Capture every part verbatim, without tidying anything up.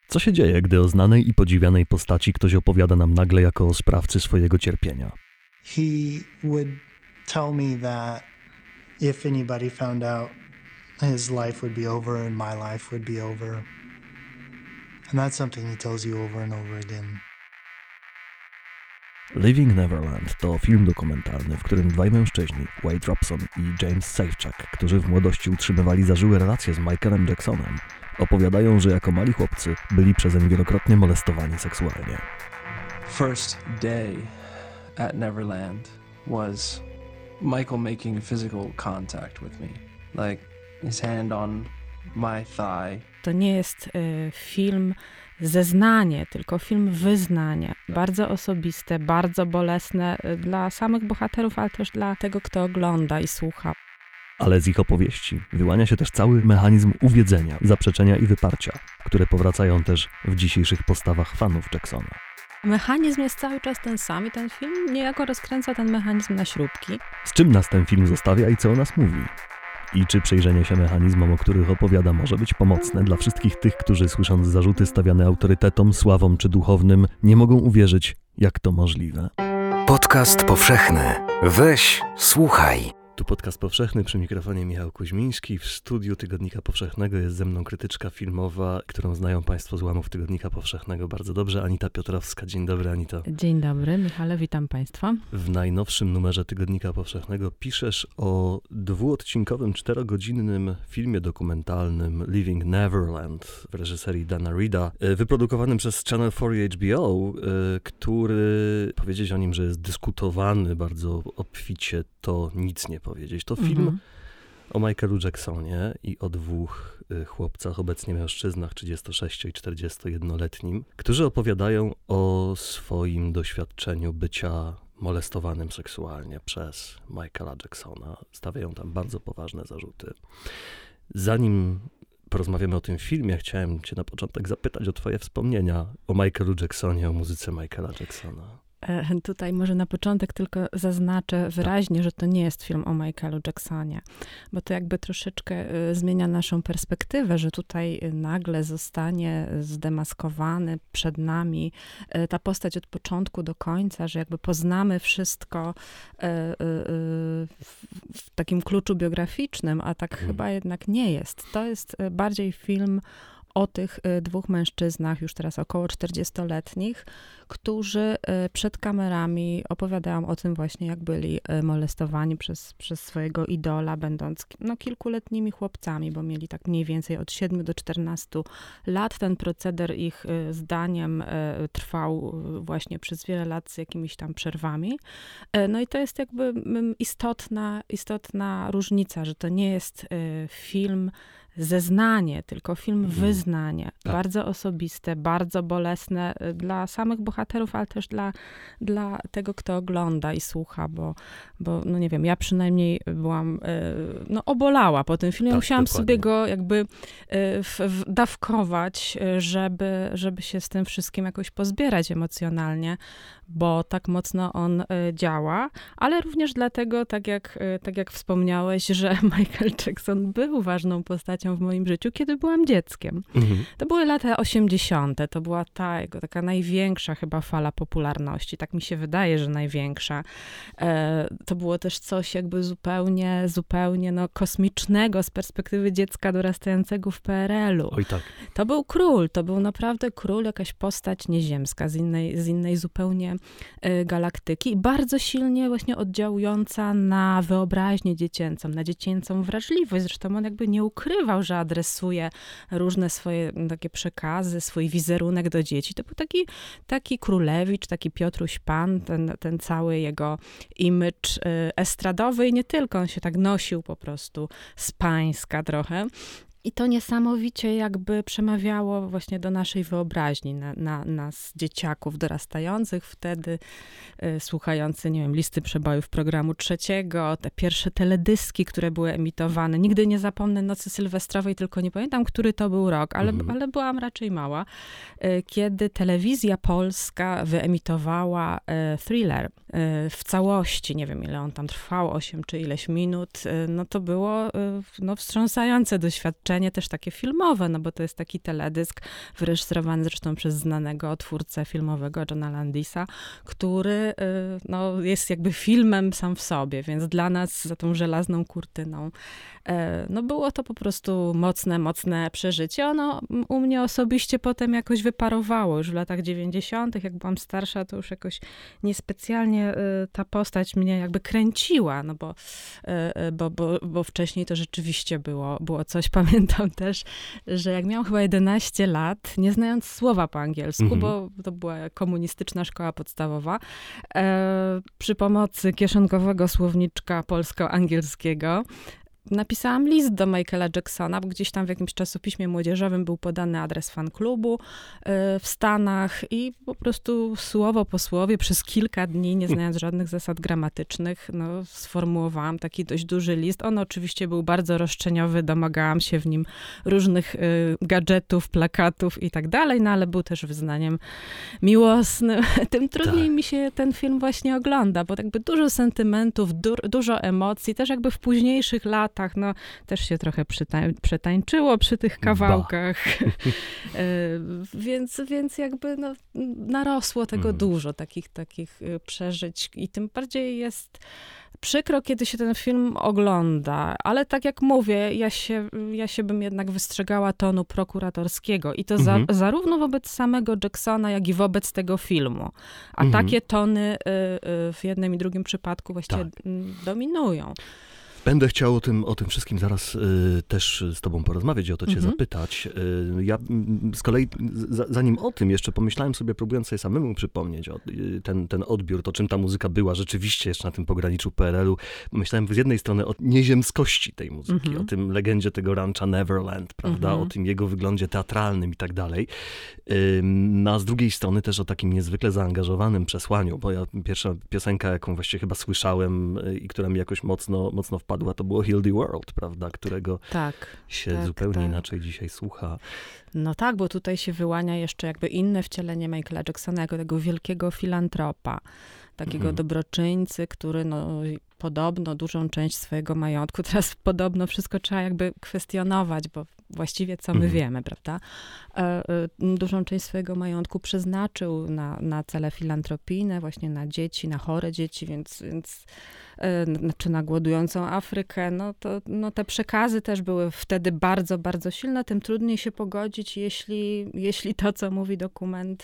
Co się dzieje, gdy o znanej i podziwianej postaci ktoś opowiada nam nagle jako o sprawcy swojego cierpienia? He would tell me that if anybody found out, his life would be over and my life would be over. And that's something he tells you over and over again. Leaving Neverland to film dokumentalny, w którym dwaj mężczyźni, Wade Robson i James Safechuck, którzy w młodości utrzymywali zażyłe relacje z Michaelem Jacksonem, opowiadają, że jako mali chłopcy byli przezeń wielokrotnie molestowani seksualnie. First day at Neverland was Michael making physical contact with me, like his hand on my thigh. To nie jest y, film zeznanie, tylko film wyznanie. Bardzo osobiste, bardzo bolesne dla samych bohaterów, ale też dla tego, kto ogląda i słucha. Ale z ich opowieści wyłania się też cały mechanizm uwiedzenia, zaprzeczenia i wyparcia, które powracają też w dzisiejszych postawach fanów Jacksona. Mechanizm jest cały czas ten sam i ten film niejako rozkręca ten mechanizm na śrubki. Z czym nas ten film zostawia i co o nas mówi? I czy przejrzenie się mechanizmom, o których opowiada, może być pomocne dla wszystkich tych, którzy słysząc zarzuty stawiane autorytetom, sławom czy duchownym, nie mogą uwierzyć, jak to możliwe? Podcast powszechny. Weź, słuchaj. Tu podcast powszechny, przy mikrofonie Michał Kuźmiński. W studiu Tygodnika Powszechnego jest ze mną krytyczka filmowa, którą znają Państwo z łamów Tygodnika Powszechnego bardzo dobrze, Anita Piotrowska. Dzień dobry, Anito. Dzień dobry, Michale, witam Państwa. W najnowszym numerze Tygodnika Powszechnego piszesz o dwuodcinkowym, czterogodzinnym filmie dokumentalnym Leaving Neverland w reżyserii Dana Reeda, wyprodukowanym przez Channel cztery H B O, który, powiedzieć o nim, że jest dyskutowany bardzo obficie, to nic nie powiedzieć. To film mhm. o Michaelu Jacksonie i o dwóch y, chłopcach, obecnie mężczyznach, trzydziestosześcio- i czterdziestojednoletnim, którzy opowiadają o swoim doświadczeniu bycia molestowanym seksualnie przez Michaela Jacksona. Stawiają tam bardzo poważne zarzuty. Zanim porozmawiamy o tym filmie, chciałem cię na początek zapytać o twoje wspomnienia o Michaelu Jacksonie, o muzyce Michaela Jacksona. Tutaj może na początek tylko zaznaczę wyraźnie, że to nie jest film o Michaelu Jacksonie, bo to jakby troszeczkę zmienia naszą perspektywę, że tutaj nagle zostanie zdemaskowany przed nami ta postać od początku do końca, że jakby poznamy wszystko w takim kluczu biograficznym, a tak hmm. chyba jednak nie jest. To jest bardziej film o tych dwóch mężczyznach, już teraz około czterdziestoletnich, którzy przed kamerami opowiadają o tym właśnie, jak byli molestowani przez, przez swojego idola, będąc no, kilkuletnimi chłopcami, bo mieli tak mniej więcej od siedmiu do czternastu lat. Ten proceder ich zdaniem trwał właśnie przez wiele lat z jakimiś tam przerwami. No i to jest jakby istotna, istotna różnica, że to nie jest film zeznanie, tylko film wyznanie. Tak. Bardzo osobiste, bardzo bolesne dla samych bohaterów, ale też dla, dla tego, kto ogląda i słucha, bo, bo no nie wiem, ja przynajmniej byłam no, obolała po tym filmie. Tak, musiałam dokładnie. sobie go jakby dawkować, żeby, żeby się z tym wszystkim jakoś pozbierać emocjonalnie, bo tak mocno on działa, ale również dlatego, tak jak, tak jak wspomniałeś, że Michael Jackson był ważną postacią w moim życiu, kiedy byłam dzieckiem. Mhm. To były lata osiemdziesiąte. To była ta jego taka największa chyba fala popularności. Tak mi się wydaje, że największa. E, to było też coś jakby zupełnie, zupełnie no, kosmicznego z perspektywy dziecka dorastającego w P R L u. Oj tak. To był król. To był naprawdę król, jakaś postać nieziemska z innej, z innej zupełnie e, galaktyki i bardzo silnie właśnie oddziałująca na wyobraźnię dziecięcą, na dziecięcą wrażliwość. Zresztą on jakby nie ukrywał, że adresuje różne swoje takie przekazy, swój wizerunek do dzieci. To był taki, taki królewicz, taki Piotruś Pan, ten, ten cały jego imidż estradowy i nie tylko, on się tak nosił po prostu z pańska trochę. I to niesamowicie jakby przemawiało właśnie do naszej wyobraźni, na, na nas, dzieciaków dorastających wtedy, y, słuchający, nie wiem, listy przebojów programu trzeciego, te pierwsze teledyski, które były emitowane. Nigdy nie zapomnę Nocy Sylwestrowej, tylko nie pamiętam, który to był rok, ale, mhm. ale byłam raczej mała, y, kiedy telewizja polska wyemitowała y, Thriller y, w całości. Nie wiem, ile on tam trwał, osiem czy ileś minut. Y, no to było y, no, wstrząsające doświadczenie. wrażenie też takie filmowe, no bo to jest taki teledysk wyreżyserowany zresztą przez znanego twórcę filmowego Johna Landisa, który no, jest jakby filmem sam w sobie, więc dla nas za tą żelazną kurtyną no było to po prostu mocne, mocne przeżycie. Ono u mnie osobiście potem jakoś wyparowało. Już w latach dziewięćdziesiątych, jak byłam starsza, to już jakoś niespecjalnie ta postać mnie jakby kręciła, no bo, bo, bo, bo wcześniej to rzeczywiście było, było coś. Pamiętam też, że jak miałam chyba jedenaście lat, nie znając słowa po angielsku, mhm. bo to była komunistyczna szkoła podstawowa, e, przy pomocy kieszonkowego słowniczka polsko-angielskiego napisałam list do Michaela Jacksona, bo gdzieś tam w jakimś czasopiśmie młodzieżowym był podany adres fanklubu w Stanach i po prostu słowo po słowie przez kilka dni, nie znając żadnych zasad gramatycznych, no, sformułowałam taki dość duży list. On oczywiście był bardzo roszczeniowy, domagałam się w nim różnych y, gadżetów, plakatów i tak dalej, no ale był też wyznaniem miłosnym. Tym trudniej tak. mi się ten film właśnie ogląda, bo jakby dużo sentymentów, du dużo emocji, też jakby w późniejszych latach no też się trochę przytań, przetańczyło przy tych kawałkach. więc, więc jakby no, narosło tego mm. dużo, takich, takich przeżyć i tym bardziej jest przykro, kiedy się ten film ogląda, ale tak jak mówię, ja się, ja się bym jednak wystrzegała tonu prokuratorskiego i to mm-hmm. za, zarówno wobec samego Jacksona, jak i wobec tego filmu. A mm-hmm. takie tony y, y, w jednym i drugim przypadku właściwie tak. dominują. Będę chciał o tym, o tym wszystkim zaraz y, też z tobą porozmawiać i o to cię mm-hmm. zapytać. Y, ja z kolei, z, zanim o tym jeszcze pomyślałem sobie, próbując sobie samemu przypomnieć o, y, ten, ten odbiór, to czym ta muzyka była rzeczywiście jeszcze na tym pograniczu P R L u, myślałem z jednej strony o nieziemskości tej muzyki, mm-hmm. o tym legendzie tego rancha Neverland, prawda, mm-hmm. o tym jego wyglądzie teatralnym i tak dalej. Y, no, a z drugiej strony też o takim niezwykle zaangażowanym przesłaniu, bo ja pierwsza piosenka, jaką właściwie chyba słyszałem y, i która mi jakoś mocno, mocno wpadła, to było Heal the World, prawda, którego tak, się tak, zupełnie tak. inaczej dzisiaj słucha. No tak, bo tutaj się wyłania jeszcze jakby inne wcielenie Michaela Jacksona jako tego wielkiego filantropa, takiego mm. dobroczyńcy, który no podobno dużą część swojego majątku, teraz podobno wszystko trzeba jakby kwestionować, bo właściwie co my mm. wiemy, prawda? E, e, dużą część swojego majątku przeznaczył na, na cele filantropijne, właśnie na dzieci, na chore dzieci, więc, więc e, czy na głodującą Afrykę, no to no te przekazy też były wtedy bardzo, bardzo silne, tym trudniej się pogodzić, jeśli, jeśli to, co mówi dokument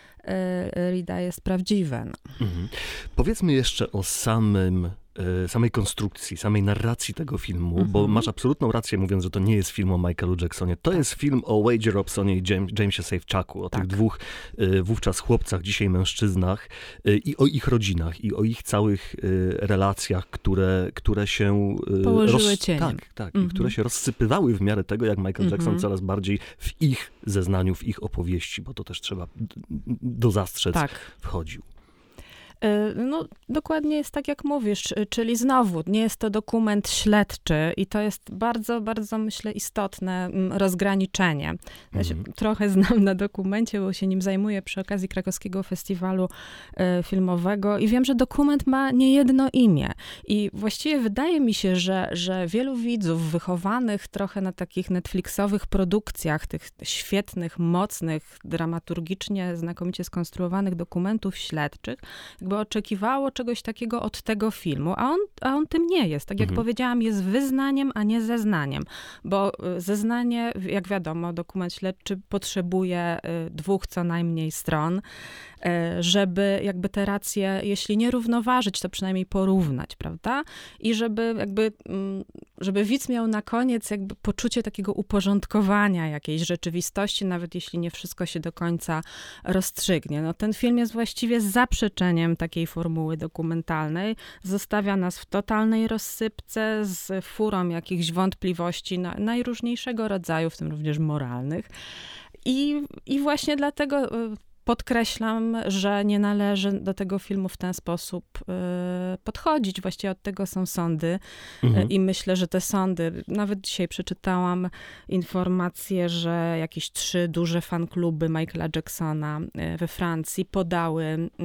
Reeda, jest prawdziwe. No. Mhm. Powiedzmy jeszcze o samym samej konstrukcji, samej narracji tego filmu, mm-hmm. bo masz absolutną rację mówiąc, że to nie jest film o Michaelu Jacksonie. To tak. jest film o Wade'zie Robsonie i James, Jamesie Safechucku, o tak. tych dwóch y, wówczas chłopcach, dzisiaj mężczyznach y, i o ich rodzinach i o ich całych y, relacjach, które, które się y, położyły roz... cieniem. Tak, tak. Mm-hmm. I które się rozsypywały w miarę tego, jak Michael mm-hmm. Jackson coraz bardziej w ich zeznaniu, w ich opowieści, bo to też trzeba dozastrzec, tak. wchodził. No, dokładnie jest tak, jak mówisz, czyli znowu, nie jest to dokument śledczy i to jest bardzo, bardzo, myślę, istotne rozgraniczenie. Ja się mm. trochę znam na dokumencie, bo się nim zajmuję przy okazji Krakowskiego Festiwalu Filmowego i wiem, że dokument ma niejedno imię. I właściwie wydaje mi się, że, że wielu widzów wychowanych trochę na takich Netflixowych produkcjach, tych świetnych, mocnych, dramaturgicznie znakomicie skonstruowanych dokumentów śledczych, jakby oczekiwało czegoś takiego od tego filmu, a on, a on tym nie jest. Tak jak mhm. powiedziałam, jest wyznaniem, a nie zeznaniem, bo zeznanie, jak wiadomo, dokument śledczy potrzebuje dwóch co najmniej stron, żeby jakby te racje, jeśli nie równoważyć, to przynajmniej porównać, prawda? I żeby jakby, żeby widz miał na koniec jakby poczucie takiego uporządkowania jakiejś rzeczywistości, nawet jeśli nie wszystko się do końca rozstrzygnie. No, ten film jest właściwie zaprzeczeniem takiej formuły dokumentalnej. Zostawia nas w totalnej rozsypce z furą jakichś wątpliwości na, najróżniejszego rodzaju, w tym również moralnych. I, i właśnie dlatego podkreślam, że nie należy do tego filmu w ten sposób y, podchodzić. Właściwie od tego są sądy mhm. y, i myślę, że te sądy, nawet dzisiaj przeczytałam informację, że jakieś trzy duże fankluby Michaela Jacksona y, we Francji podały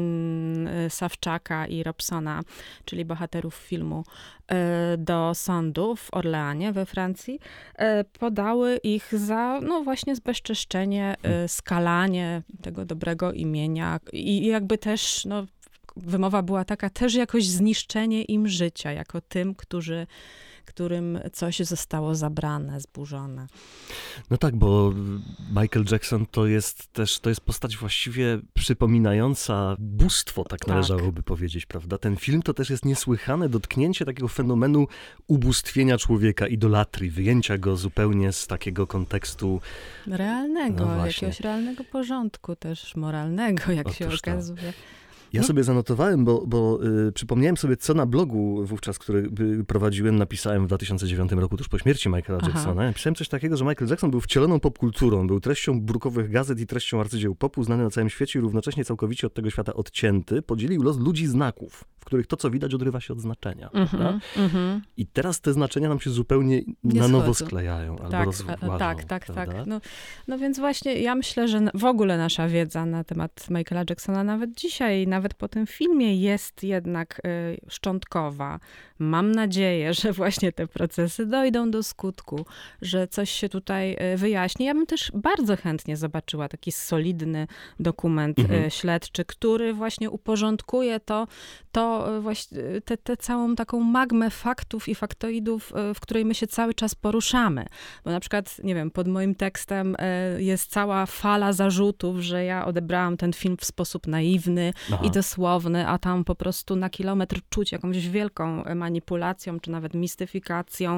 y, Sawczaka i Robsona, czyli bohaterów filmu, y, do sądu w Orleanie we Francji, y, podały ich za, no właśnie zbezczeszczenie, y, skalanie tego dobrego imienia i jakby też, no, wymowa była taka, też jakoś zniszczenie im życia, jako tym, którzy, którym coś zostało zabrane, zburzone. No tak, bo Michael Jackson to jest też, to jest postać właściwie przypominająca bóstwo, tak należałoby tak. powiedzieć, prawda? Ten film to też jest niesłychane dotknięcie takiego fenomenu ubóstwienia człowieka, idolatrii, wyjęcia go zupełnie z takiego kontekstu realnego, no jakiegoś realnego porządku też moralnego, jak Otóż się okazuje. To. Ja no. sobie zanotowałem, bo, bo y, przypomniałem sobie, co na blogu wówczas, który y, prowadziłem, napisałem w dwa tysiące dziewiątym roku, tuż po śmierci Michaela Aha. Jacksona. Napisałem coś takiego, że Michael Jackson był wcieloną popkulturą, był treścią brukowych gazet i treścią arcydzieł popu, znany na całym świecie i równocześnie całkowicie od tego świata odcięty. Podzielił los ludzi znaków, w których to, co widać, odrywa się od znaczenia. Mm-hmm, mm-hmm. I teraz te znaczenia nam się zupełnie Nie na nowo schodzą. sklejają albo tak, rozważą. Tak, tak, prawda? tak. No, no więc właśnie ja myślę, że w ogóle nasza wiedza na temat Michaela Jacksona nawet dzisiaj, nawet po tym filmie jest jednak y, szczątkowa. Mam nadzieję, że właśnie te procesy dojdą do skutku, że coś się tutaj y, wyjaśni. Ja bym też bardzo chętnie zobaczyła taki solidny dokument mhm. y, śledczy, który właśnie uporządkuje to, to y, właśnie tę te, te całą taką magmę faktów i faktoidów, y, w której my się cały czas poruszamy. Bo na przykład, nie wiem, pod moim tekstem y, jest cała fala zarzutów, że ja odebrałam ten film w sposób naiwny Aha. i dosłowny, a tam po prostu na kilometr czuć jakąś wielką manipulacją, czy nawet mistyfikacją.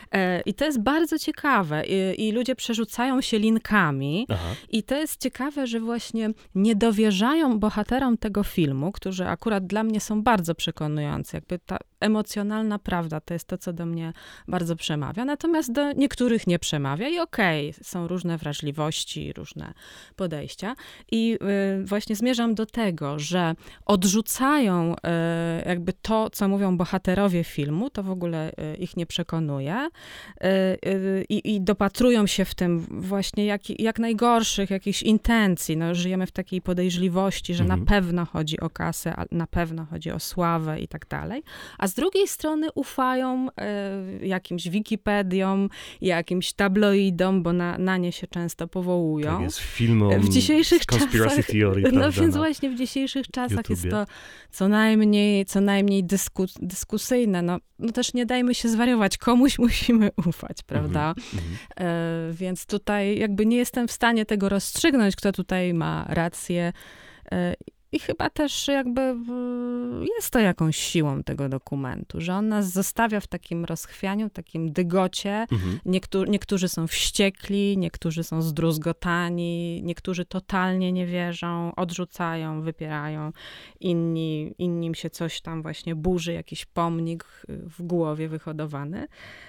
I to jest bardzo ciekawe. I, i ludzie przerzucają się linkami. Aha. I to jest ciekawe, że właśnie nie dowierzają bohaterom tego filmu, którzy akurat dla mnie są bardzo przekonujący. Jakby ta emocjonalna prawda to jest to, co do mnie bardzo przemawia. Natomiast do niektórych nie przemawia i okej, okay, są różne wrażliwości, różne podejścia. I y, właśnie zmierzam do tego, że odrzucają y, jakby to, co mówią bohaterowie filmu, to w ogóle y, ich nie przekonuje y, y, i dopatrują się w tym właśnie jak, jak najgorszych jakichś intencji. No, żyjemy w takiej podejrzliwości, że mhm. na pewno chodzi o kasę, a na pewno chodzi o sławę i tak dalej. A z drugiej strony ufają y, jakimś Wikipediom, jakimś tabloidom, bo na, na nie się często powołują. Tak jest, filmom w dzisiejszych conspiracy czasach, theory, no prawda, więc no. właśnie w dzisiejszych czasach YouTubie. jest to co najmniej, co najmniej dysku, dyskusyjne. No, no też nie dajmy się zwariować, komuś musimy ufać, prawda? Mm-hmm. Y, więc tutaj jakby nie jestem w stanie tego rozstrzygnąć, kto tutaj ma rację. Y, I chyba też jakby jest to jakąś siłą tego dokumentu, że on nas zostawia w takim rozchwianiu, takim dygocie. Mhm. Niektó- niektórzy są wściekli, niektórzy są zdruzgotani, niektórzy totalnie nie wierzą, odrzucają, wypierają. Inni, innym się coś tam właśnie burzy, jakiś pomnik w głowie wyhodowany.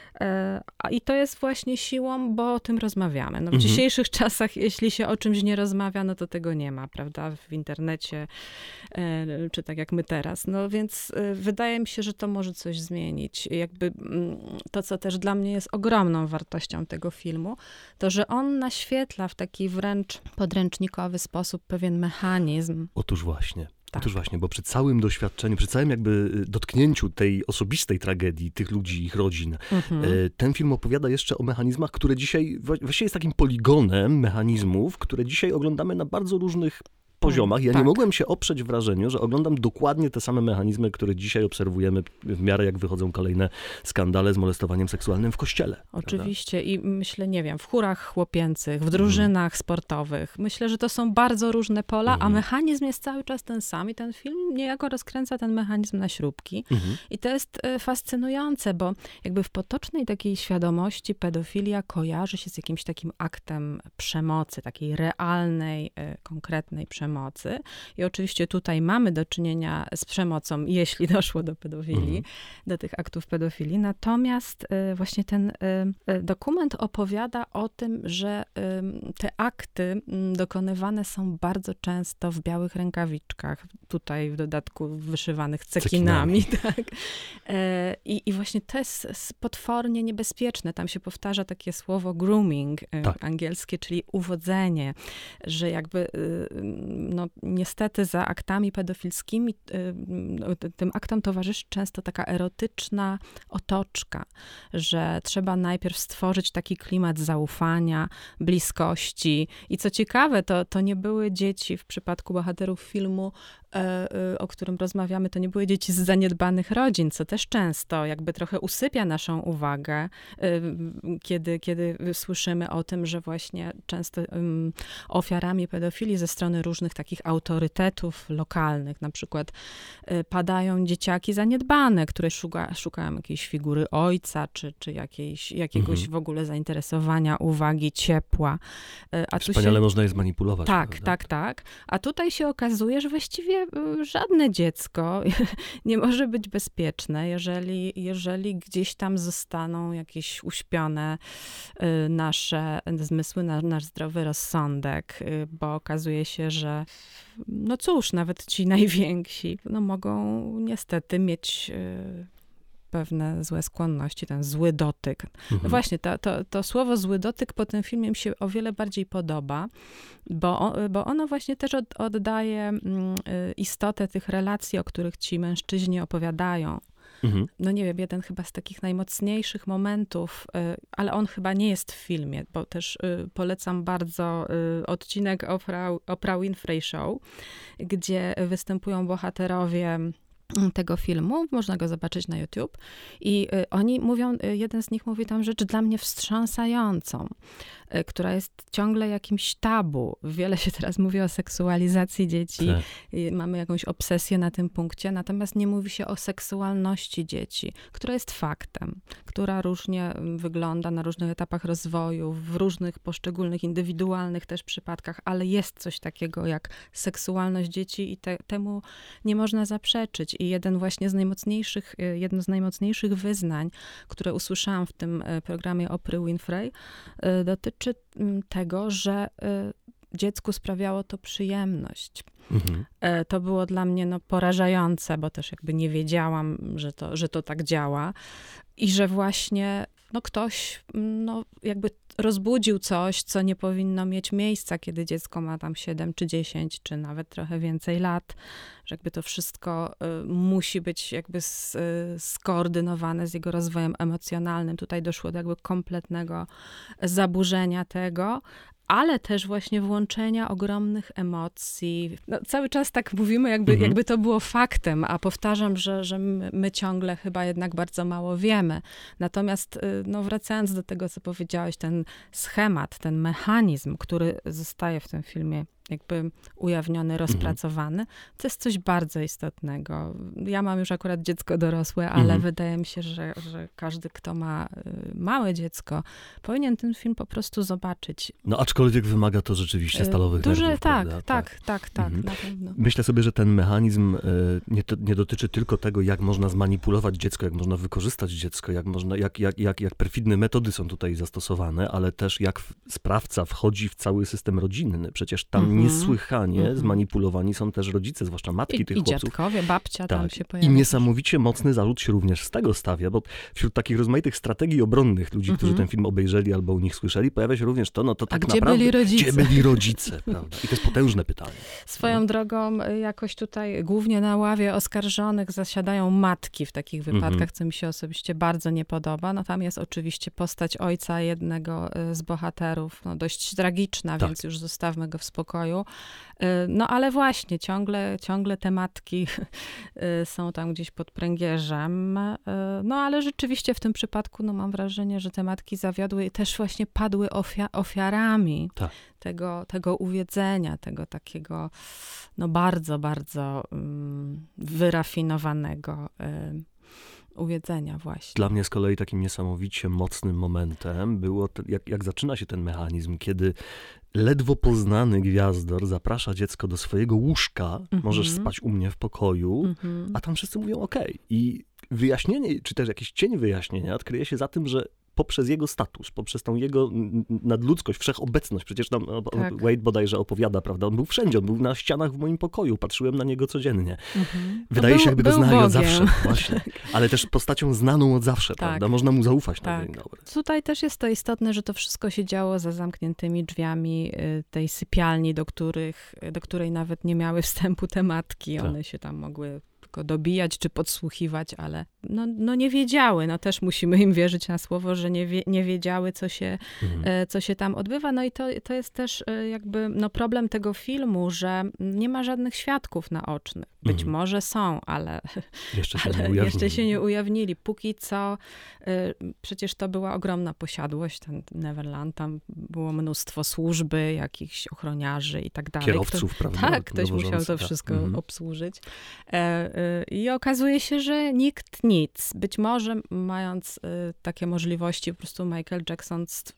I to jest właśnie siłą, bo o tym rozmawiamy. No w mhm. dzisiejszych czasach, jeśli się o czymś nie rozmawia, no to tego nie ma, prawda? W internecie, czy tak jak my teraz. No więc wydaje mi się, że to może coś zmienić. Jakby to, co też dla mnie jest ogromną wartością tego filmu, to, że on naświetla w taki wręcz podręcznikowy sposób pewien mechanizm. Otóż właśnie. Tak. Otóż właśnie, bo przy całym doświadczeniu, przy całym jakby dotknięciu tej osobistej tragedii tych ludzi, ich rodzin, mhm. ten film opowiada jeszcze o mechanizmach, które dzisiaj, właściwie jest takim poligonem mechanizmów, które dzisiaj oglądamy na bardzo różnych poziomach. Ja tak. nie mogłem się oprzeć wrażeniu, że oglądam dokładnie te same mechanizmy, które dzisiaj obserwujemy w miarę jak wychodzą kolejne skandale z molestowaniem seksualnym w kościele. Oczywiście prawda? I myślę, nie wiem, w chórach chłopięcych, w drużynach mm. sportowych. Myślę, że to są bardzo różne pola, mm. a mechanizm jest cały czas ten sam i ten film niejako rozkręca ten mechanizm na śrubki. Mm. I to jest fascynujące, bo jakby w potocznej takiej świadomości pedofilia kojarzy się z jakimś takim aktem przemocy, takiej realnej, konkretnej przemocy. przemocy. I oczywiście tutaj mamy do czynienia z przemocą, jeśli doszło do pedofilii, mhm. do tych aktów pedofilii. Natomiast y, właśnie ten y, y, dokument opowiada o tym, że y, te akty y, dokonywane są bardzo często w białych rękawiczkach, tutaj w dodatku wyszywanych cekinami. cekinami. Tak. Y, i, I właśnie to jest potwornie niebezpieczne. Tam się powtarza takie słowo grooming, tak. angielskie, czyli uwodzenie, że jakby, no niestety za aktami pedofilskimi, tym aktom towarzyszy często taka erotyczna otoczka, że trzeba najpierw stworzyć taki klimat zaufania, bliskości i co ciekawe, to, to nie były dzieci w przypadku bohaterów filmu, o którym rozmawiamy, to nie były dzieci z zaniedbanych rodzin, co też często jakby trochę usypia naszą uwagę, kiedy, kiedy słyszymy o tym, że właśnie często ofiarami pedofilii ze strony różnych takich autorytetów lokalnych, na przykład padają dzieciaki zaniedbane, które szuka, szukają jakiejś figury ojca, czy, czy jakiejś, jakiegoś mhm. w ogóle zainteresowania, uwagi, ciepła. A Wspaniale się... można je zmanipulować. Tak, prawda? tak, tak. A tutaj się okazuje, że właściwie żadne dziecko nie może być bezpieczne, jeżeli, jeżeli gdzieś tam zostaną jakieś uśpione nasze zmysły, nasz zdrowy rozsądek, bo okazuje się, że no cóż, nawet ci najwięksi no mogą niestety mieć pewne złe skłonności, ten zły dotyk. Mhm. No właśnie, to, to, to słowo zły dotyk po tym filmie mi się o wiele bardziej podoba, bo, bo ono właśnie też od, oddaje istotę tych relacji, o których ci mężczyźni opowiadają. Mhm. No nie wiem, jeden chyba z takich najmocniejszych momentów, ale on chyba nie jest w filmie, bo też polecam bardzo odcinek Oprah, Oprah Winfrey Show, gdzie występują bohaterowie tego filmu, można go zobaczyć na YouTube i y, oni mówią, y, jeden z nich mówi tam rzecz dla mnie wstrząsającą, y, która jest ciągle jakimś tabu. Wiele się teraz mówi o seksualizacji dzieci, y, mamy jakąś obsesję na tym punkcie, natomiast nie mówi się o seksualności dzieci, która jest faktem, która różnie wygląda na różnych etapach rozwoju, w różnych poszczególnych, indywidualnych też przypadkach, ale jest coś takiego jak seksualność dzieci i te, temu nie można zaprzeczyć. I jeden właśnie z najmocniejszych, jedno z najmocniejszych wyznań, które usłyszałam w tym programie Oprah Winfrey, dotyczy tego, że dziecku sprawiało to przyjemność. Mhm. To było dla mnie no, porażające, bo też jakby nie wiedziałam, że to, że to tak działa. I że właśnie no, ktoś no, jakby rozbudził coś, co nie powinno mieć miejsca, kiedy dziecko ma tam siedem czy dziesięć, czy nawet trochę więcej lat, że jakby to wszystko y, musi być jakby s, y, skoordynowane z jego rozwojem emocjonalnym. Tutaj doszło do jakby kompletnego zaburzenia tego, ale też właśnie włączenia ogromnych emocji. No, cały czas tak mówimy, jakby, mhm. jakby to było faktem, a powtarzam, że, że my, my ciągle chyba jednak bardzo mało wiemy. Natomiast no, wracając do tego, co powiedziałeś, ten schemat, ten mechanizm, który zostaje w tym filmie jakby ujawniony, rozpracowany, to jest coś bardzo istotnego. Ja mam już akurat dziecko dorosłe, ale mhm. wydaje mi się, że, że każdy, kto ma małe dziecko, powinien ten film po prostu zobaczyć. No aczkolwiek wymaga to rzeczywiście stalowych Duże, nerwów, tak, prawda? tak, tak, tak, tak, mhm. na pewno. Myślę sobie, że ten mechanizm nie, to, nie dotyczy tylko tego, jak można zmanipulować dziecko, jak można wykorzystać dziecko, jak można, jak, jak, jak, jak perfidne metody są tutaj zastosowane, ale też jak sprawca wchodzi w cały system rodzinny. Przecież tam mhm. niesłychanie mm-hmm. zmanipulowani są też rodzice, zwłaszcza matki I, tych i chłopców. dziadkowie, babcia tak. tam się pojawia. I niesamowicie mocny zarzut się również z tego stawia, bo wśród takich rozmaitych strategii obronnych ludzi, mm-hmm. którzy ten film obejrzeli albo o nich słyszeli, pojawia się również to, no to tak A gdzie naprawdę... byli rodzice? Gdzie byli rodzice, prawda? I to jest potężne pytanie. Swoją no. drogą jakoś tutaj głównie na ławie oskarżonych zasiadają matki w takich wypadkach, mm-hmm. co mi się osobiście bardzo nie podoba. No tam jest oczywiście postać ojca jednego z bohaterów, no dość tragiczna, tak. więc już zostawmy go w spokoju. No ale właśnie, ciągle, ciągle te matki są tam gdzieś pod pręgierzem. No ale rzeczywiście w tym przypadku, no mam wrażenie, że te matki zawiodły i też właśnie padły ofia- ofiarami tak. tego, tego uwiedzenia, tego takiego no bardzo, bardzo um, wyrafinowanego um, uwiedzenia właśnie. Dla mnie z kolei takim niesamowicie mocnym momentem było, to, jak, jak zaczyna się ten mechanizm, kiedy ledwo poznany gwiazdor zaprasza dziecko do swojego łóżka, mm-hmm. możesz spać u mnie w pokoju, mm-hmm. a tam wszyscy mówią okej. Okay. I wyjaśnienie, czy też jakiś cień wyjaśnienia kryje się za tym, że poprzez jego status, poprzez tą jego nadludzkość, wszechobecność. Przecież tam tak. Wade bodajże opowiada, prawda? On był wszędzie, on był na ścianach w moim pokoju, patrzyłem na niego codziennie. Mhm. Wydaje był, się, jakby go znali Bogiem. od zawsze. Właśnie. Ale też postacią znaną od zawsze, tak. prawda? Można mu zaufać tak. na dzień dobry. Tutaj też jest to istotne, że to wszystko się działo za zamkniętymi drzwiami tej sypialni, do, których, do której nawet nie miały wstępu te matki. Tak. One się tam mogły tylko dobijać czy podsłuchiwać, ale no, no nie wiedziały. No też musimy im wierzyć na słowo, że nie, wie, nie wiedziały, co się, mhm. co się tam odbywa. No i to, to jest też jakby no problem tego filmu, że nie ma żadnych świadków naocznych. Być mhm. może są, ale, jeszcze, się ale nie jeszcze się nie ujawnili. Póki co, y, przecież to była ogromna posiadłość, ten Neverland, tam było mnóstwo służby, jakichś ochroniarzy i tak dalej. Kierowców, Kto, prawda? Tak, ktoś musiał to wszystko mhm. obsłużyć. E, y, I okazuje się, że nikt nic. Być może mając y, takie możliwości, po prostu Michael Jackson st-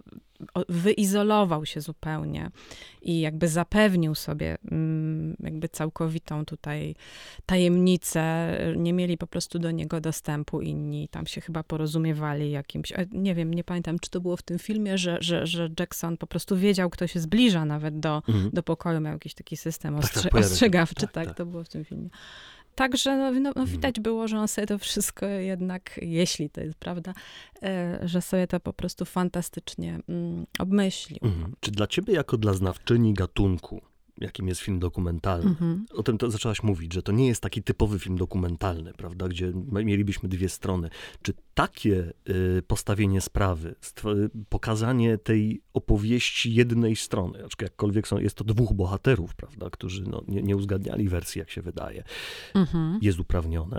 wyizolował się zupełnie i jakby zapewnił sobie jakby całkowitą tutaj tajemnicę. Nie mieli po prostu do niego dostępu inni. Tam się chyba porozumiewali jakimś, nie wiem, nie pamiętam, czy to było w tym filmie, że, że, że Jackson po prostu wiedział, kto się zbliża nawet do, mhm. do pokoju. Miał jakiś taki system ostrze- tak, tak, ostrzegawczy. tak, Tak, tak, to było w tym filmie. Także no, no, no widać było, że on sobie to wszystko jednak, jeśli to jest prawda, e, że sobie to po prostu fantastycznie mm, obmyślił. Mhm. Czy dla ciebie, jako dla znawczyni gatunku, jakim jest film dokumentalny, mhm. o tym to zaczęłaś mówić, że to nie jest taki typowy film dokumentalny, prawda, gdzie mielibyśmy dwie strony. Czy takie y, postawienie sprawy, stw- pokazanie tej opowieści jednej strony, jakkolwiek są, jest to dwóch bohaterów, prawda, którzy no, nie, nie uzgadniali wersji, jak się wydaje, mhm. jest uprawnione?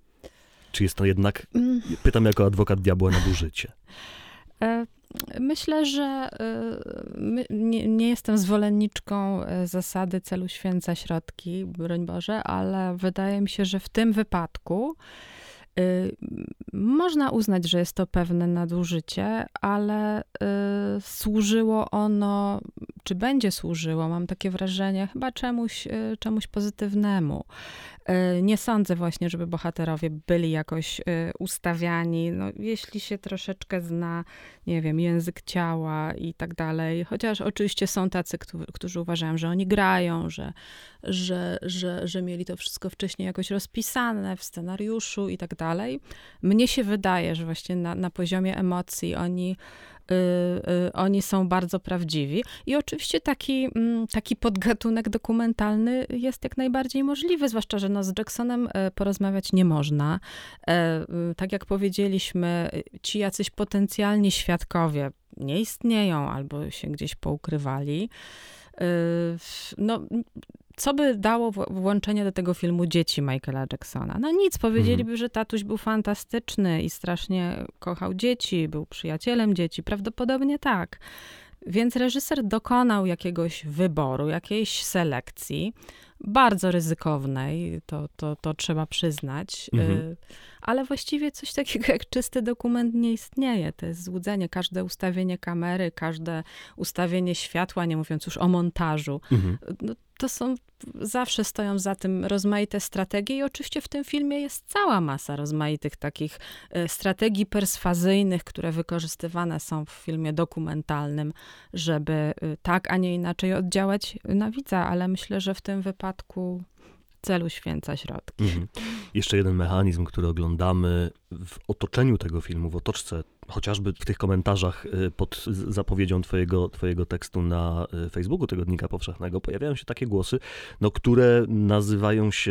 Czy jest to jednak, mm. pytam jako adwokat diabła, nadużycie? E- Myślę, że nie, nie jestem zwolenniczką zasady celu święca środki, broń Boże, ale wydaje mi się, że w tym wypadku można uznać, że jest to pewne nadużycie, ale służyło ono, czy będzie służyło, mam takie wrażenie, chyba czemuś, czemuś pozytywnemu. Nie sądzę właśnie, żeby bohaterowie byli jakoś ustawiani, no, jeśli się troszeczkę zna, nie wiem, język ciała i tak dalej, chociaż oczywiście są tacy, którzy uważają, że oni grają, że, że, że, że mieli to wszystko wcześniej jakoś rozpisane w scenariuszu i tak dalej. Mnie się wydaje, że właśnie na, na poziomie emocji oni Yy, yy, oni są bardzo prawdziwi. I oczywiście taki, mm, taki podgatunek dokumentalny jest jak najbardziej możliwy, zwłaszcza, że no, z Jacksonem y, porozmawiać nie można. Y, y, tak jak powiedzieliśmy, ci jacyś potencjalni świadkowie nie istnieją albo się gdzieś poukrywali. Y, no, co by dało włączenie do tego filmu dzieci Michaela Jacksona? No nic, powiedzieliby, mhm. że tatuś był fantastyczny i strasznie kochał dzieci, był przyjacielem dzieci. Prawdopodobnie tak. Więc reżyser dokonał jakiegoś wyboru, jakiejś selekcji, bardzo ryzykownej, to, to, to trzeba przyznać, mhm. y- ale właściwie coś takiego jak czysty dokument nie istnieje. To jest złudzenie. Każde ustawienie kamery, każde ustawienie światła, nie mówiąc już o montażu, mhm. no, to są, zawsze stoją za tym rozmaite strategie i oczywiście w tym filmie jest cała masa rozmaitych takich y, strategii perswazyjnych, które wykorzystywane są w filmie dokumentalnym, żeby y, tak, a nie inaczej oddziałać na widza, ale myślę, że w tym wypadku celu święca środki. Mhm. Jeszcze jeden mechanizm, który oglądamy w otoczeniu tego filmu, w otoczce, chociażby w tych komentarzach pod zapowiedzią twojego, twojego tekstu na Facebooku Tygodnika Powszechnego pojawiają się takie głosy, no, które nazywają się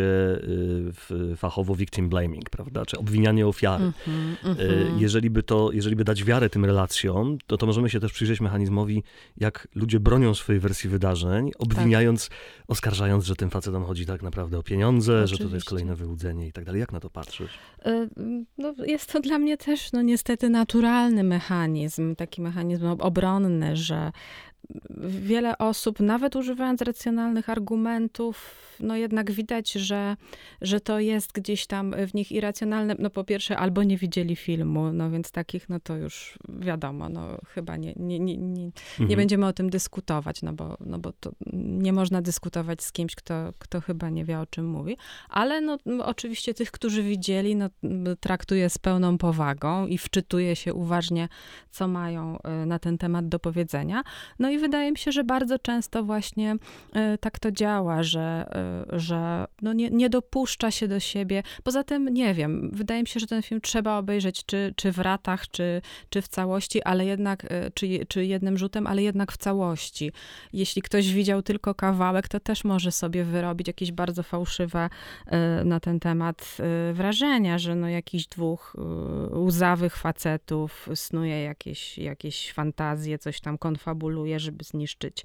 fachowo victim blaming, prawda, czy obwinianie ofiary. Mm-hmm, mm-hmm. Jeżeli by to, jeżeli by dać wiarę tym relacjom, to, to możemy się też przyjrzeć mechanizmowi, jak ludzie bronią swojej wersji wydarzeń, obwiniając, tak. oskarżając, że tym facetom chodzi tak naprawdę o pieniądze, Oczywiście. Że to jest kolejne wyłudzenie i tak dalej. Jak na to patrzysz? No, jest to dla mnie też, no niestety, naturalny mechanizm, taki mechanizm obronny, że wiele osób, nawet używając racjonalnych argumentów, no jednak widać, że, że to jest gdzieś tam w nich irracjonalne. No po pierwsze, albo nie widzieli filmu, no więc takich, no to już wiadomo, no chyba nie, nie, nie, nie, Mhm. nie będziemy o tym dyskutować, no bo, no bo to nie można dyskutować z kimś, kto, kto chyba nie wie, o czym mówi. Ale no, no oczywiście tych, którzy widzieli, no traktuję z pełną powagą i wczytuję się uważnie, co mają na ten temat do powiedzenia. No i wydaje mi się, że bardzo często właśnie y, tak to działa, że, y, że no nie, nie dopuszcza się do siebie. Poza tym, nie wiem, wydaje mi się, że ten film trzeba obejrzeć czy, czy w ratach, czy, czy w całości, ale jednak, y, czy, czy jednym rzutem, ale jednak w całości. Jeśli ktoś widział tylko kawałek, to też może sobie wyrobić jakieś bardzo fałszywe y, na ten temat y, wrażenia, że no jakichś dwóch y, łzawych facetów snuje jakieś, jakieś fantazje, coś tam konfabuluje, żeby zniszczyć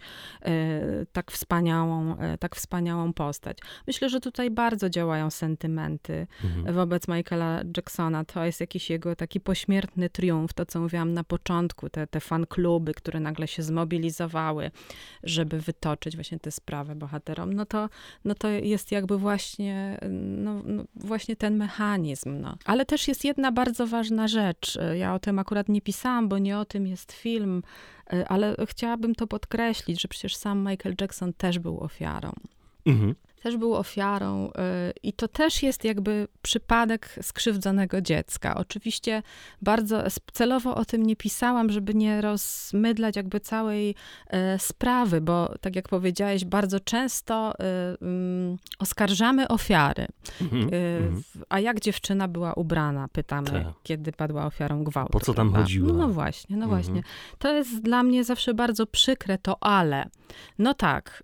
e, tak wspaniałą, e, tak wspaniałą postać. Myślę, że tutaj bardzo działają sentymenty mhm. wobec Michaela Jacksona. To jest jakiś jego taki pośmiertny triumf, to co mówiłam na początku, te, te fan-kluby, które nagle się zmobilizowały, żeby wytoczyć właśnie tę sprawę bohaterom. No to, no to jest jakby właśnie, no, no właśnie ten mechanizm. No. Ale też jest jedna bardzo ważna rzecz. Ja o tym akurat nie pisałam, bo nie o tym jest film, ale chciałabym to podkreślić, że przecież sam Michael Jackson też był ofiarą. Mhm. Też był ofiarą y, i to też jest jakby przypadek skrzywdzonego dziecka. Oczywiście bardzo celowo o tym nie pisałam, żeby nie rozmydlać jakby całej y, sprawy, bo tak jak powiedziałeś, bardzo często y, y, oskarżamy ofiary. Mm-hmm. Y, a jak dziewczyna była ubrana, pytamy, Ta. kiedy padła ofiarą gwałtu. Po co tam prawda? chodziło? No właśnie, no mm-hmm. właśnie. To jest dla mnie zawsze bardzo przykre, to ale. No tak,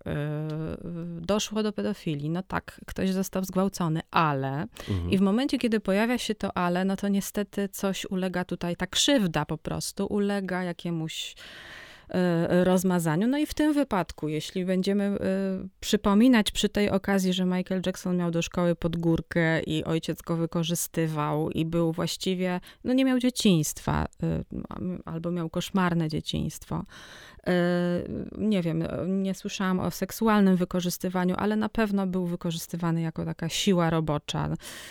y, doszło do pedofilii. No tak, ktoś został zgwałcony, ale mhm. i w momencie, kiedy pojawia się to ale, no to niestety coś ulega tutaj, ta krzywda po prostu ulega jakiemuś y, rozmazaniu. No i w tym wypadku, jeśli będziemy y, przypominać przy tej okazji, że Michael Jackson miał do szkoły pod górkę i ojciec go wykorzystywał i był właściwie, no nie miał dzieciństwa, y, albo miał koszmarne dzieciństwo. Nie wiem, nie słyszałam o seksualnym wykorzystywaniu, ale na pewno był wykorzystywany jako taka siła robocza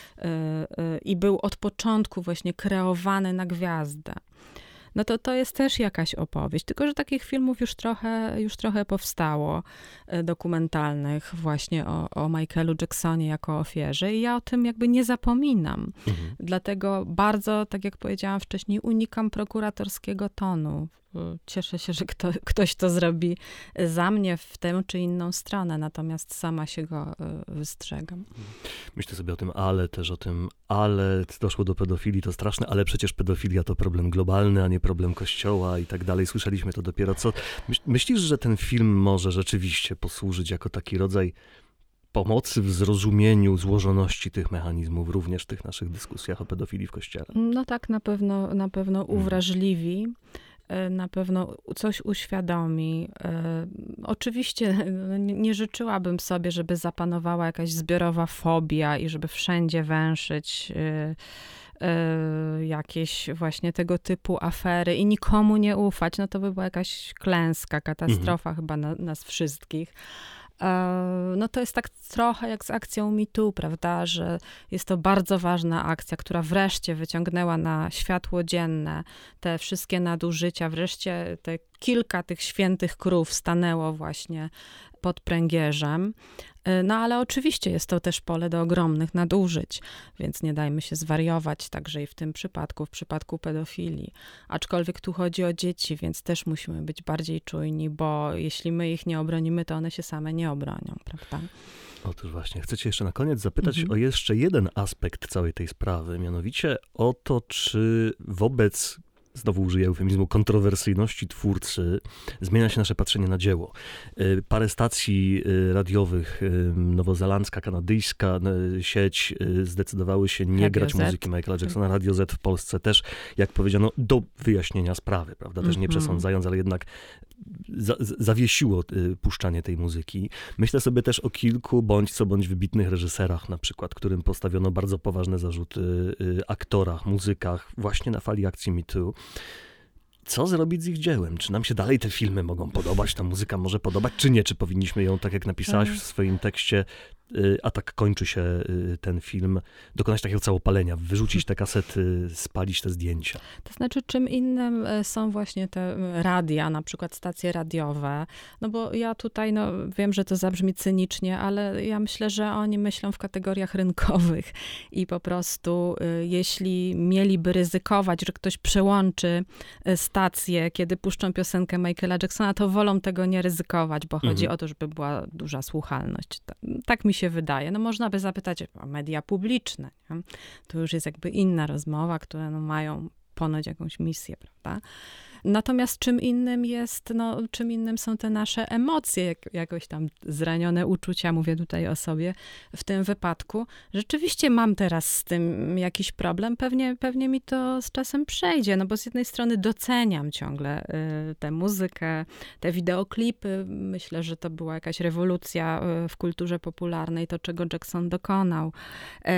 i był od początku właśnie kreowany na gwiazdę. No to to jest też jakaś opowieść, tylko że takich filmów już trochę, już trochę powstało, dokumentalnych właśnie o, o Michaelu Jacksonie jako ofierze i ja o tym jakby nie zapominam. Mhm. Dlatego bardzo, tak jak powiedziałam wcześniej, unikam prokuratorskiego tonu. Cieszę się, że kto, ktoś to zrobi za mnie w tę czy inną stronę, natomiast sama się go wystrzegam. Myślę sobie o tym ale, też o tym ale doszło do pedofilii, to straszne, ale przecież pedofilia to problem globalny, a nie problem Kościoła i tak dalej. Słyszeliśmy to dopiero co. Myślisz, że ten film może rzeczywiście posłużyć jako taki rodzaj pomocy w zrozumieniu złożoności tych mechanizmów, również w tych naszych dyskusjach o pedofilii w Kościele? No tak, na pewno, na pewno uwrażliwi. Na pewno coś uświadomi. Oczywiście nie życzyłabym sobie, żeby zapanowała jakaś zbiorowa fobia i żeby wszędzie węszyć jakieś właśnie tego typu afery i nikomu nie ufać. No to by była jakaś klęska, katastrofa mhm. chyba na, nas wszystkich. No to jest tak trochę jak z akcją Me Too, prawda, że jest to bardzo ważna akcja, która wreszcie wyciągnęła na światło dzienne te wszystkie nadużycia, wreszcie te kilka tych świętych krów stanęło właśnie pod pręgierzem. No ale oczywiście jest to też pole do ogromnych nadużyć, więc nie dajmy się zwariować także i w tym przypadku, w przypadku pedofilii. Aczkolwiek tu chodzi o dzieci, więc też musimy być bardziej czujni, bo jeśli my ich nie obronimy, to one się same nie obronią, prawda? Otóż właśnie, chcę cię jeszcze na koniec zapytać mhm. o jeszcze jeden aspekt całej tej sprawy, mianowicie o to, czy wobec znowu użyję eufemizmu, kontrowersyjności twórcy, zmienia się nasze patrzenie na dzieło. Parę stacji radiowych, nowozelandzka, kanadyjska sieć zdecydowały się nie Radio grać Z. muzyki Michaela Jacksona. Radio Z w Polsce też, jak powiedziano, do wyjaśnienia sprawy, prawda? Też nie przesądzając, ale jednak za, zawiesiło puszczanie tej muzyki. Myślę sobie też o kilku bądź co bądź wybitnych reżyserach, na przykład, którym postawiono bardzo poważne zarzuty, aktorach, muzykach, właśnie na fali akcji Me Too. Co zrobić z ich dziełem? Czy nam się dalej te filmy mogą podobać, ta muzyka może podobać, czy nie? Czy powinniśmy ją, tak jak napisałaś w swoim tekście, a tak kończy się ten film, dokonać takiego całopalenia, wyrzucić te kasety, spalić te zdjęcia. To znaczy, czym innym są właśnie te radia, na przykład stacje radiowe, no bo ja tutaj, no wiem, że to zabrzmi cynicznie, ale ja myślę, że oni myślą w kategoriach rynkowych i po prostu jeśli mieliby ryzykować, że ktoś przełączy stację, kiedy puszczą piosenkę Michaela Jacksona, to wolą tego nie ryzykować, bo chodzi mhm. o to, żeby była duża słuchalność. Tak mi się wydaje. No można by zapytać o media publiczne. Nie? To już jest jakby inna rozmowa, które no mają ponoć jakąś misję, prawda? Natomiast czym innym jest, no, czym innym są te nasze emocje, jak, jakoś tam zranione uczucia, mówię tutaj o sobie w tym wypadku. Rzeczywiście mam teraz z tym jakiś problem, pewnie, pewnie mi to z czasem przejdzie, no bo z jednej strony doceniam ciągle y, tę muzykę, te wideoklipy, myślę, że to była jakaś rewolucja y, w kulturze popularnej, to czego Jackson dokonał, y,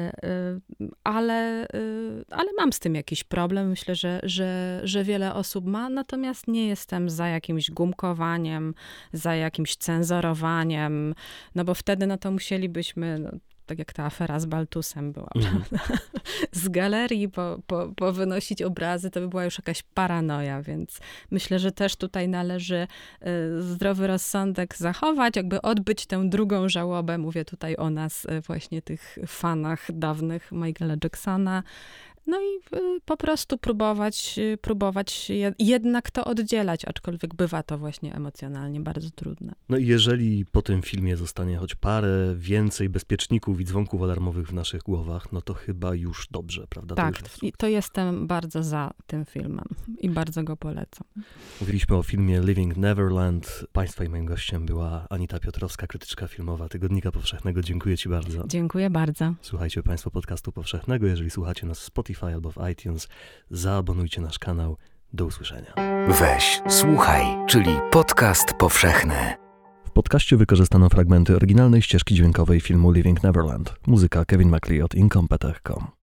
y, ale, y, ale mam z tym jakiś problem, myślę, że, że, że wiele osób ma, natomiast nie jestem za jakimś gumkowaniem, za jakimś cenzorowaniem, no bo wtedy no to musielibyśmy, no, tak jak ta afera z Baltusem była, mm. z galerii po, po, po wynosić obrazy, to by była już jakaś paranoja, więc myślę, że też tutaj należy y, zdrowy rozsądek zachować, jakby odbyć tę drugą żałobę, mówię tutaj o nas, y, właśnie tych fanach dawnych Michaela Jacksona, no i y, po prostu próbować, y, próbować je, jednak to oddzielać, aczkolwiek bywa to właśnie emocjonalnie bardzo trudne. No i jeżeli po tym filmie zostanie choć parę więcej bezpieczników i dzwonków alarmowych w naszych głowach, no to chyba już dobrze, prawda? Tak, to, już i to jestem bardzo za tym filmem i bardzo go polecam. Mówiliśmy o filmie Living Neverland. Państwa i moim gościem była Anita Piotrowska, krytyczka filmowa Tygodnika Powszechnego. Dziękuję ci bardzo. Dziękuję bardzo. Słuchajcie Państwo podcastu powszechnego. Jeżeli słuchacie nas w Spotify albo w iTunes, zaabonujcie nasz kanał. Do usłyszenia. Weź, słuchaj, czyli podcast powszechny. W podcaście wykorzystano fragmenty oryginalnej ścieżki dźwiękowej filmu Living Neverland. Muzyka Kevin MacLeod, Incompetech kropka com.